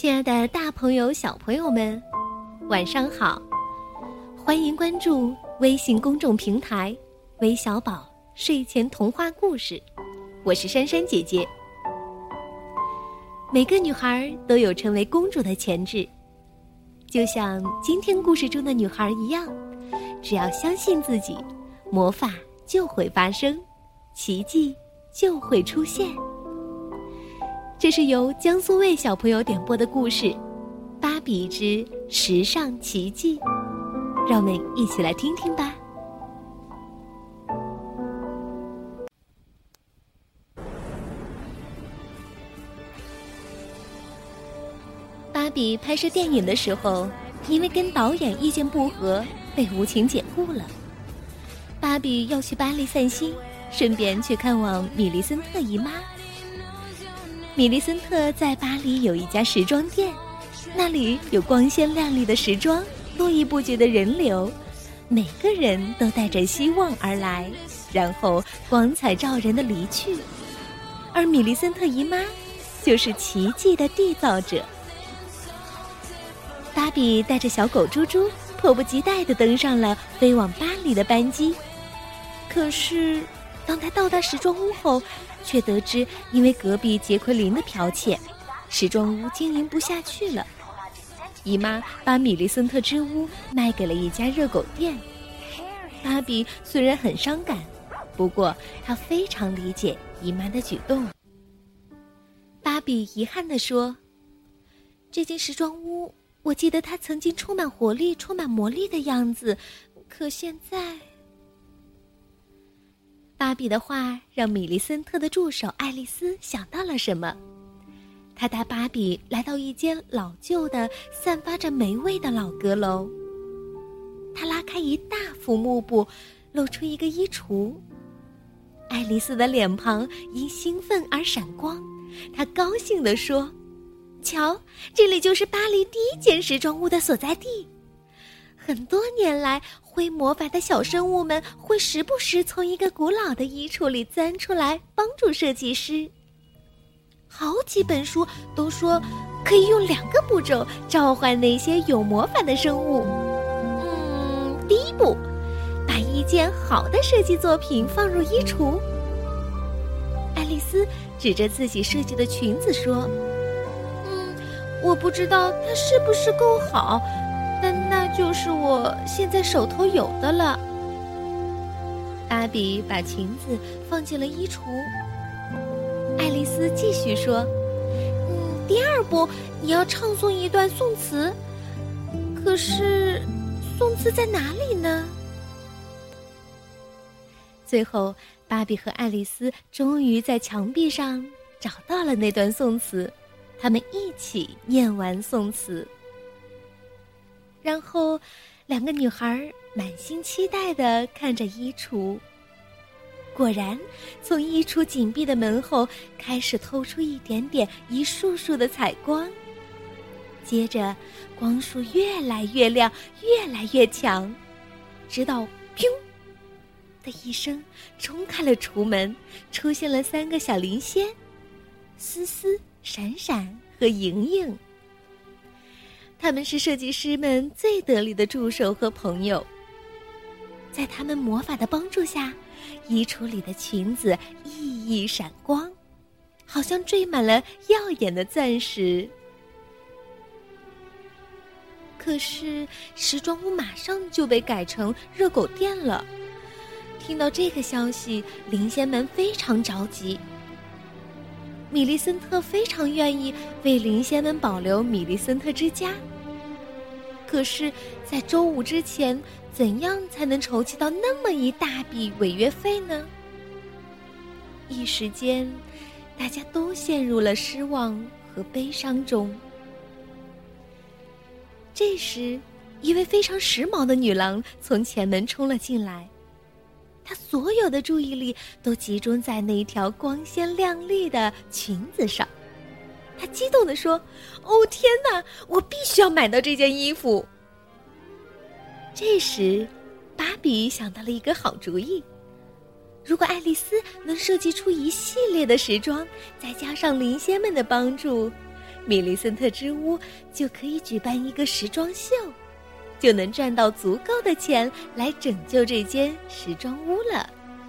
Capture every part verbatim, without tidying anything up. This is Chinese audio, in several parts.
亲爱的大朋友小朋友们，晚上好，欢迎关注微信公众平台微小宝睡前童话故事，我是珊珊姐姐。每个女孩都有成为公主的潜质，就像今天故事中的女孩一样，只要相信自己，魔法就会发生，奇迹就会出现。这是由江苏卫小朋友点播的故事《芭比之时尚奇迹》，让我们一起来听听吧。芭比拍摄电影的时候，因为跟导演意见不合，被无情解雇了。芭比要去巴黎散心，顺便去看望米莉森特姨妈。米莉森特在巴黎有一家时装店，那里有光鲜亮丽的时装，络绎不绝的人流，每个人都带着希望而来，然后光彩照人的离去。而米莉森特姨妈就是奇迹的缔造者。芭比带着小狗猪猪，迫不及待地登上了飞往巴黎的班机。可是当他到达时装屋后，却得知因为隔壁杰奎琳的剽窃，时装屋经营不下去了。姨妈把米莉森特之屋卖给了一家热狗店。芭比虽然很伤感，不过她非常理解姨妈的举动。芭比遗憾地说，这间时装屋，我记得它曾经充满活力，充满魔力的样子，可现在……芭比的话让米莉森特的助手爱丽丝想到了什么。她带芭比来到一间老旧的散发着霉味的老阁楼。她拉开一大幅幕布，露出一个衣橱。爱丽丝的脸庞因兴奋而闪光，她高兴地说，瞧，这里就是巴黎第一间时装屋的所在地。很多年来，会魔法的小生物们会时不时从一个古老的衣橱里钻出来，帮助设计师。好几本书都说可以用两个步骤召唤那些有魔法的生物。嗯，第一步，把一件好的设计作品放入衣橱。爱丽丝指着自己设计的裙子说，嗯，我不知道它是不是够好，但那就是我现在手头有的了。芭比把裙子放进了衣橱。爱丽丝继续说，嗯，第二步，你要唱诵一段颂词。可是，颂词在哪里呢？最后，芭比和爱丽丝终于在墙壁上找到了那段颂词，他们一起念完颂词。然后，两个女孩满心期待地看着衣橱。果然，从衣橱紧闭的门后开始透出一点点、一束束的彩光。接着，光束越来越亮，越来越强，直到“砰”的一声，冲开了橱门，出现了三个小灵仙：思思、闪闪和莹莹。他们是设计师们最得力的助手和朋友。在他们魔法的帮助下，衣橱里的裙子熠熠闪光，好像缀满了耀眼的钻石。可是时装屋马上就被改成热狗店了。听到这个消息，灵仙们非常着急。米莉森特非常愿意为灵仙们保留米莉森特之家。可是在周五之前，怎样才能筹集到那么一大笔违约费呢？一时间，大家都陷入了失望和悲伤中。这时，一位非常时髦的女郎从前门冲了进来，她所有的注意力都集中在那条光鲜亮丽的裙子上。她激动地说，哦天哪，我必须要买到这件衣服。这时芭比想到了一个好主意，如果爱丽丝能设计出一系列的时装，再加上灵仙们的帮助， 米利森特之屋就可以举办一个时装秀，就能赚到足够的钱来拯救这间时装屋了。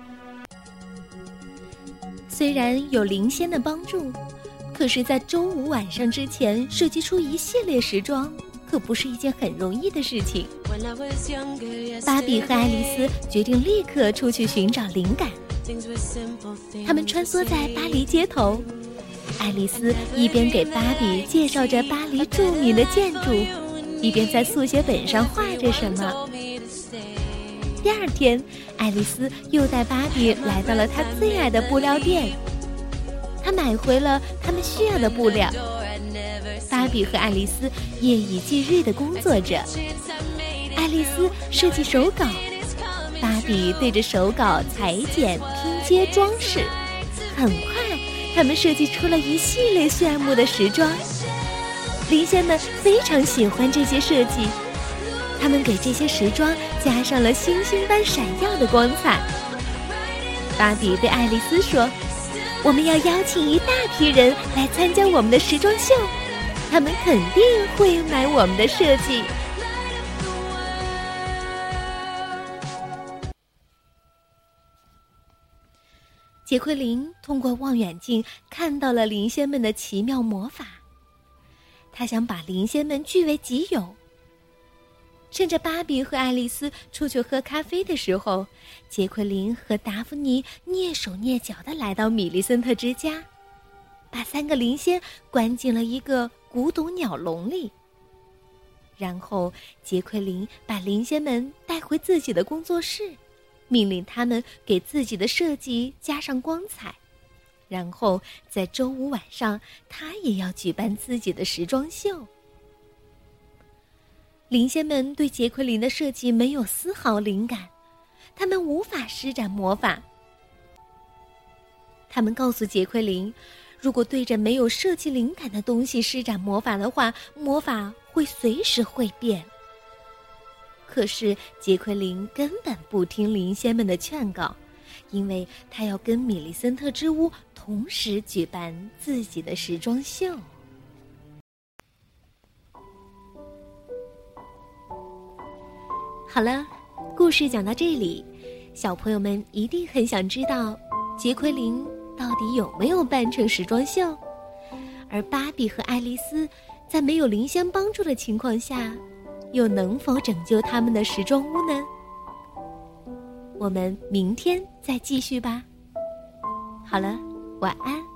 虽然有灵仙的帮助，可是在周五晚上之前设计出一系列时装可不是一件很容易的事情。芭比和爱丽丝决定立刻出去寻找灵感。他们穿梭在巴黎街头，爱丽丝一边给芭比介绍着巴黎著名的建筑，一边在速写本上画着什么。第二天，爱丽丝又带芭比来到了她最爱的布料店，她买回了他们需要的布料。芭比和爱丽丝夜以继日地工作着，爱丽丝设计手稿，芭比对着手稿裁剪、拼接、装饰。很快，他们设计出了一系列炫目的时装。灵仙们非常喜欢这些设计，他们给这些时装加上了星星般闪耀的光彩。芭比对爱丽丝说：“我们要邀请一大批人来参加我们的时装秀，他们肯定会买我们的设计。”杰奎琳通过望远镜看到了灵仙们的奇妙魔法，她想把灵仙们据为己有。趁着芭比和爱丽丝出去喝咖啡的时候，杰奎琳和达芙妮蹑手蹑脚地来到米利森特之家，把三个灵仙关进了一个古董鸟笼里。然后杰奎琳把灵仙们带回自己的工作室，命令他们给自己的设计加上光彩。然后在周五晚上，他也要举办自己的时装秀。灵仙们对杰奎琳的设计没有丝毫灵感，他们无法施展魔法。他们告诉杰奎琳，如果对着没有设计灵感的东西施展魔法的话，魔法会随时会变。可是杰奎琳根本不听灵仙们的劝告，因为他要跟米利森特之屋同时举办自己的时装秀。好了，故事讲到这里，小朋友们一定很想知道杰奎琳到底有没有办成时装秀，而芭比和爱丽丝在没有灵仙帮助的情况下，又能否拯救他们的时装屋呢？我们明天再继续吧。好了，晚安。